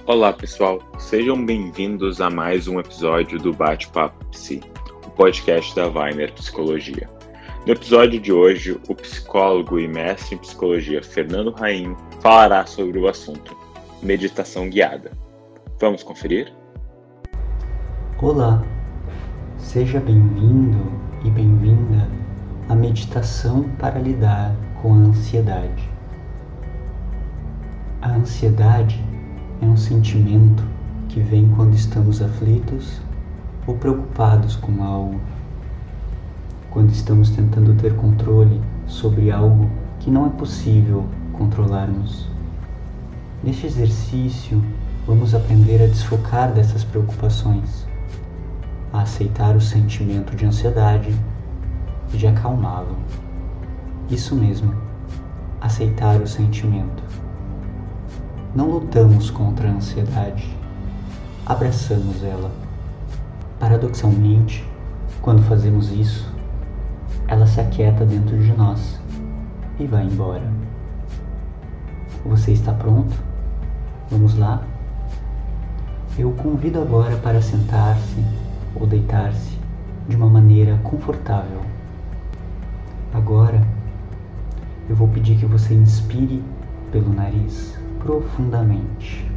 Olá, pessoal. Sejam bem-vindos a mais um episódio do Bate-Papo Psi, o podcast da Weiner Psicologia. No episódio de hoje, o psicólogo e mestre em psicologia Fernando Rainho falará sobre o assunto meditação guiada. Vamos conferir? Olá, seja bem-vindo e bem-vinda à meditação para lidar com a ansiedade. A ansiedade é um sentimento que vem quando estamos aflitos ou preocupados com algo, quando estamos tentando ter controle sobre algo que não é possível controlarmos. Neste exercício, vamos aprender a desfocar dessas preocupações, a aceitar o sentimento de ansiedade e de acalmá-lo. Isso mesmo, aceitar o sentimento. Não lutamos contra a ansiedade, abraçamos ela. Paradoxalmente, quando fazemos isso, ela se aquieta dentro de nós e vai embora. Você está pronto? Vamos lá? Eu o convido agora para sentar-se ou deitar-se de uma maneira confortável. Agora, eu vou pedir que você inspire pelo nariz profundamente.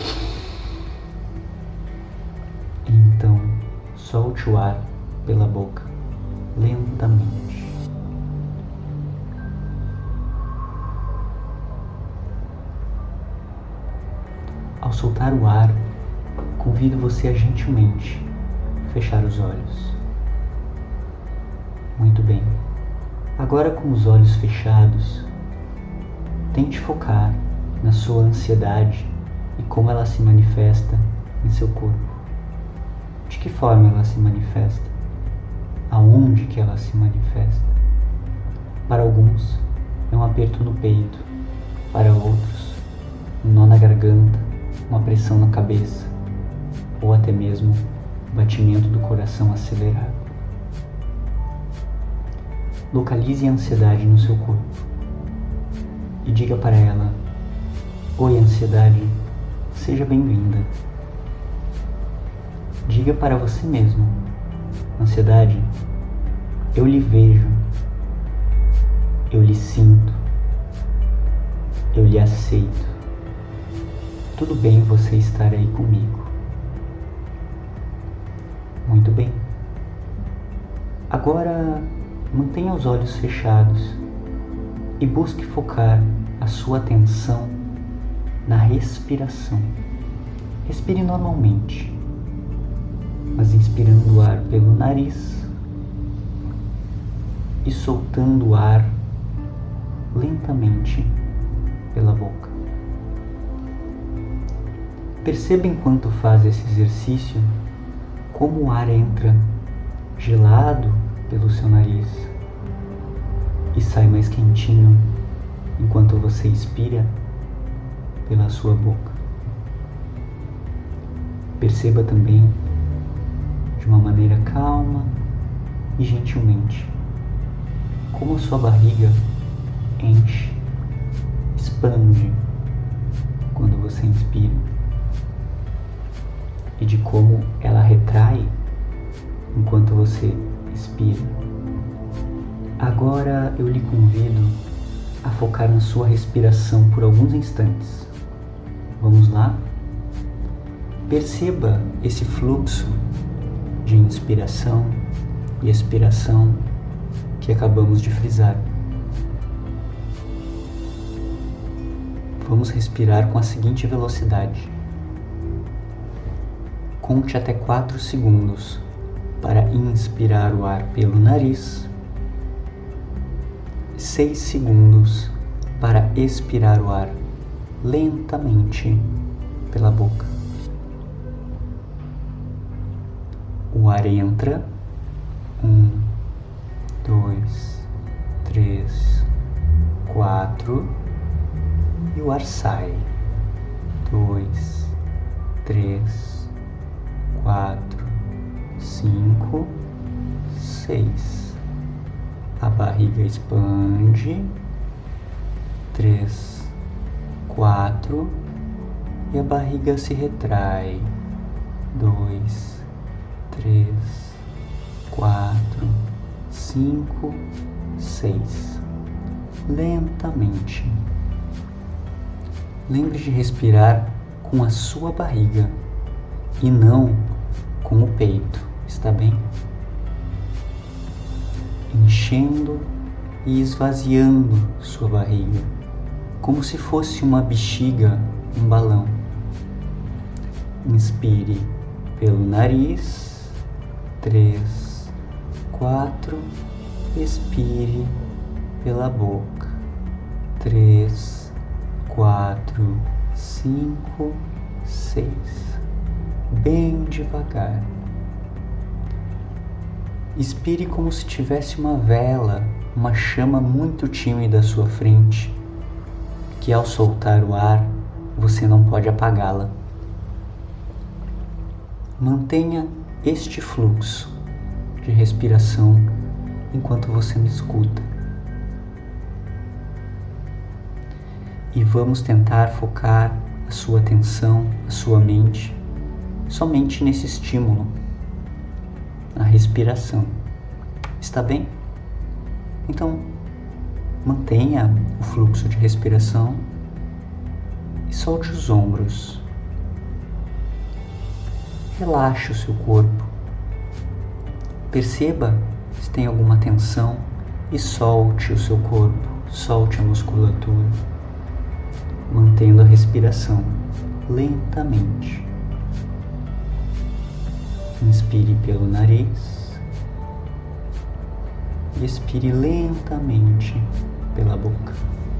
Então, solte o ar pela boca lentamente. Ao soltar o ar, convido você a gentilmente fechar os olhos. Muito bem. Agora, com os olhos fechados, tente focar na sua ansiedade e como ela se manifesta em seu corpo. De que forma ela se manifesta? Aonde que ela se manifesta? Para alguns, é um aperto no peito. Para outros, um nó na garganta, uma pressão na cabeça, ou até mesmo o batimento do coração acelerado. Localize a ansiedade no seu corpo e diga para ela: oi, ansiedade, seja bem-vinda. Diga para você mesmo: ansiedade, eu lhe vejo, eu lhe sinto, eu lhe aceito. Tudo bem você estar aí comigo. Muito bem. Agora, mantenha os olhos fechados e busque focar a sua atenção na respiração. Respire normalmente, mas inspirando o ar pelo nariz e soltando o ar lentamente pela boca. Perceba enquanto faz esse exercício como o ar entra gelado pelo seu nariz e sai mais quentinho enquanto você expira pela sua boca. Perceba também, de uma maneira calma e gentilmente, como a sua barriga enche, expande quando você inspira e de como ela retrai enquanto você expira. Agora eu lhe convido a focar na sua respiração por alguns instantes. Vamos lá? Perceba esse fluxo de inspiração e expiração que acabamos de frisar. Vamos respirar com a seguinte velocidade. Conte até 4 segundos para inspirar o ar pelo nariz, 6 segundos para expirar o ar lentamente pela boca. O ar entra, 1, 2, 3, 4, e o ar sai, 2, 3, 4, 5, 6. A barriga expande, 3, 4, e a barriga se retrai. 2, 3, 4, 5, 6. Lentamente. Lembre de respirar com a sua barriga e não com o peito, está bem? Enchendo e esvaziando sua barriga, como se fosse uma bexiga, um balão. Inspire pelo nariz, 3, 4, expire pela boca, 3, 4, 5, 6, bem devagar. Expire como se tivesse uma vela, uma chama muito tímida à sua frente, que ao soltar o ar, você não pode apagá-la. Mantenha este fluxo de respiração enquanto você me escuta. E vamos tentar focar a sua atenção, a sua mente, somente nesse estímulo, a respiração. Está bem? Então, mantenha o fluxo de respiração e solte os ombros. Relaxe o seu corpo. Perceba se tem alguma tensão e solte o seu corpo, solte a musculatura, mantendo a respiração lentamente. Inspire pelo nariz e expire lentamente pela boca.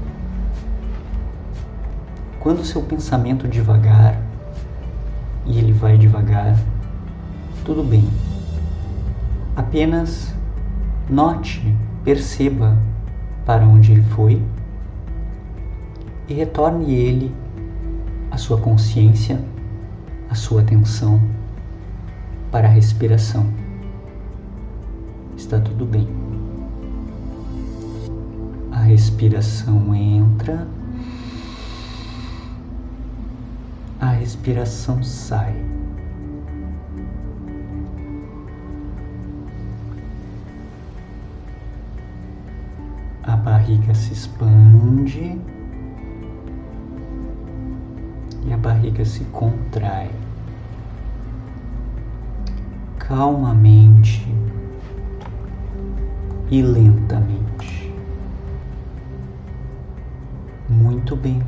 Quando o seu pensamento devagar, e ele vai devagar, tudo bem. Apenas note, perceba para onde ele foi e retorne ele à sua consciência, à sua atenção para a respiração. Está tudo bem. A respiração entra, a respiração sai. A barriga se expande e a barriga se contrai. Calmamente e lentamente. Muito bem.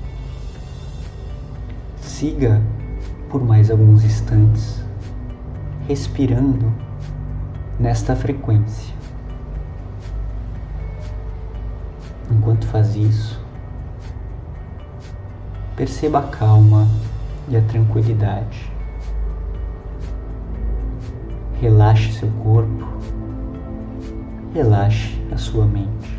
Siga por mais alguns instantes, respirando nesta frequência. Enquanto faz isso, perceba a calma e a tranquilidade. Relaxe seu corpo, relaxe a sua mente.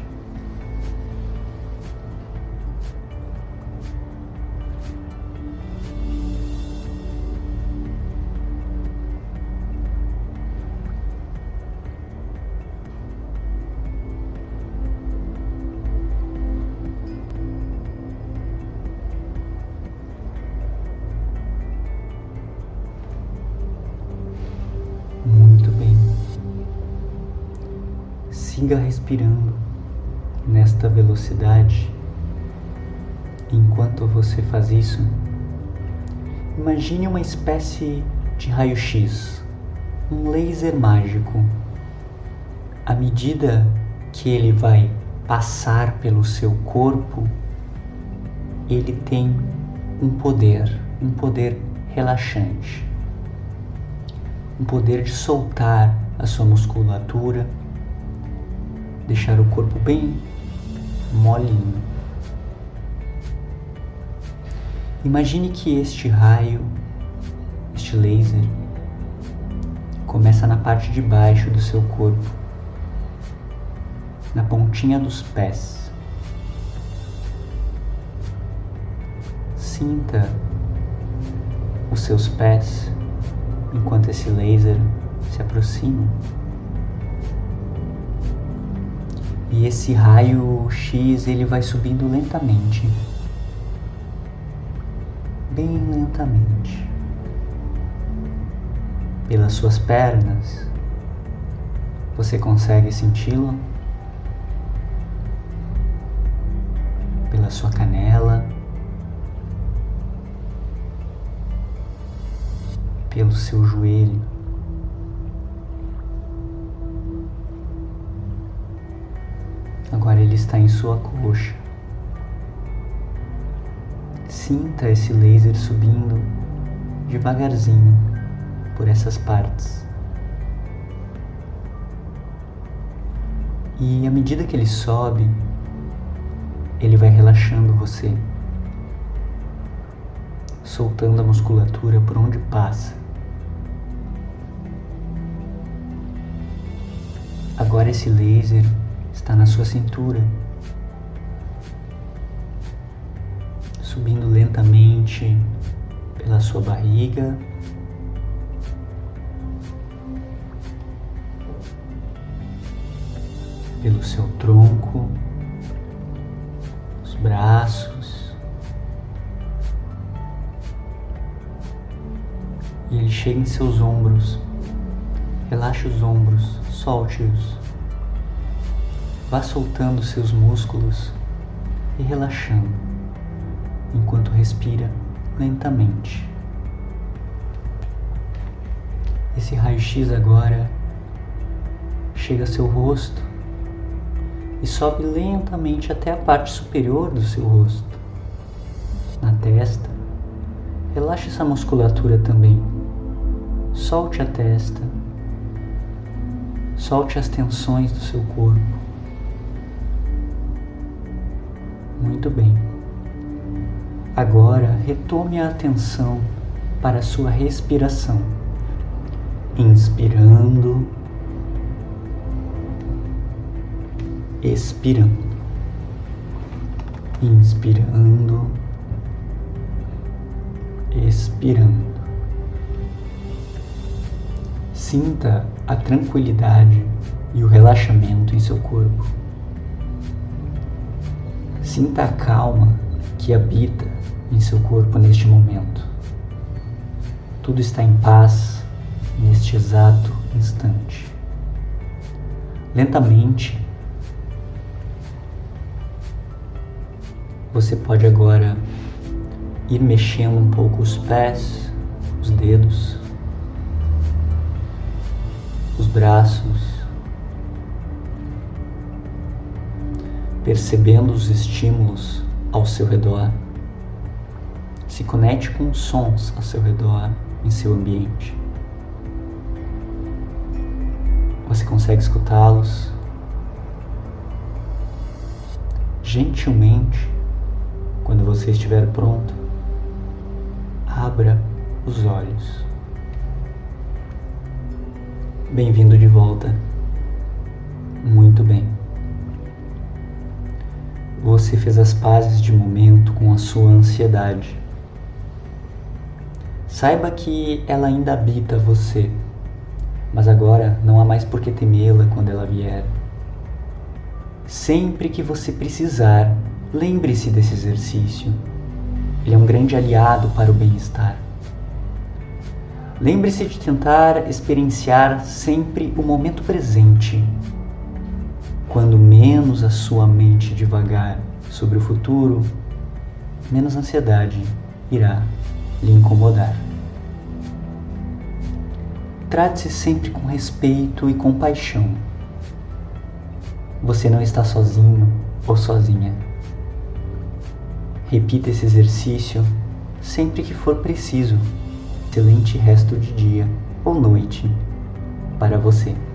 Muito bem. Siga respirando nesta velocidade. Enquanto você faz isso, imagine uma espécie de raio-x, um laser mágico. À medida que ele vai passar pelo seu corpo, ele tem um poder relaxante. Um poder de soltar a sua musculatura, deixar o corpo bem molinho. Imagine que este raio, este laser, começa na parte de baixo do seu corpo, na pontinha dos pés. Sinta os seus pés enquanto esse laser se aproxima. E esse raio X ele vai subindo lentamente. bem lentamente, pelas suas pernas. Você consegue senti-lo? Pela sua canela, pelo seu joelho. Agora ele está em sua coxa. Sinta esse laser subindo devagarzinho por essas partes. E à medida que ele sobe, ele vai relaxando você, soltando a musculatura por onde passa. Agora esse laser está na sua cintura, subindo lentamente pela sua barriga, pelo seu tronco, os braços, e ele chega em seus ombros. Relaxe os ombros, solte-os. Vá soltando seus músculos e relaxando, enquanto respira lentamente. Esse raio-x agora chega ao seu rosto e sobe lentamente até a parte superior do seu rosto, na testa. Relaxe essa musculatura também. Solte a testa. Solte as tensões do seu corpo. Muito bem. Agora retome a atenção para a sua respiração. Inspirando, expirando. Inspirando, expirando. Sinta a tranquilidade e o relaxamento em seu corpo. Sinta a calma que habita em seu corpo neste momento. Tudo está em paz neste exato instante. Lentamente, você pode agora ir mexendo um pouco os pés, os dedos, os braços, percebendo os estímulos ao seu redor. Se conecte com os sons ao seu redor, em seu ambiente. Você consegue escutá-los? Gentilmente, quando você estiver pronto, abra os olhos. Bem-vindo de volta. Muito bem. Você fez as pazes de momento com a sua ansiedade. Saiba que ela ainda habita você, mas agora não há mais por que temê-la quando ela vier. Sempre que você precisar, lembre-se desse exercício. Ele é um grande aliado para o bem-estar. Lembre-se de tentar experienciar sempre o momento presente. Quando menos a sua mente divagar sobre o futuro, menos ansiedade irá lhe incomodar. Trate-se sempre com respeito e compaixão. Você não está sozinho ou sozinha. Repita esse exercício sempre que for preciso. Excelente resto de dia ou noite para você.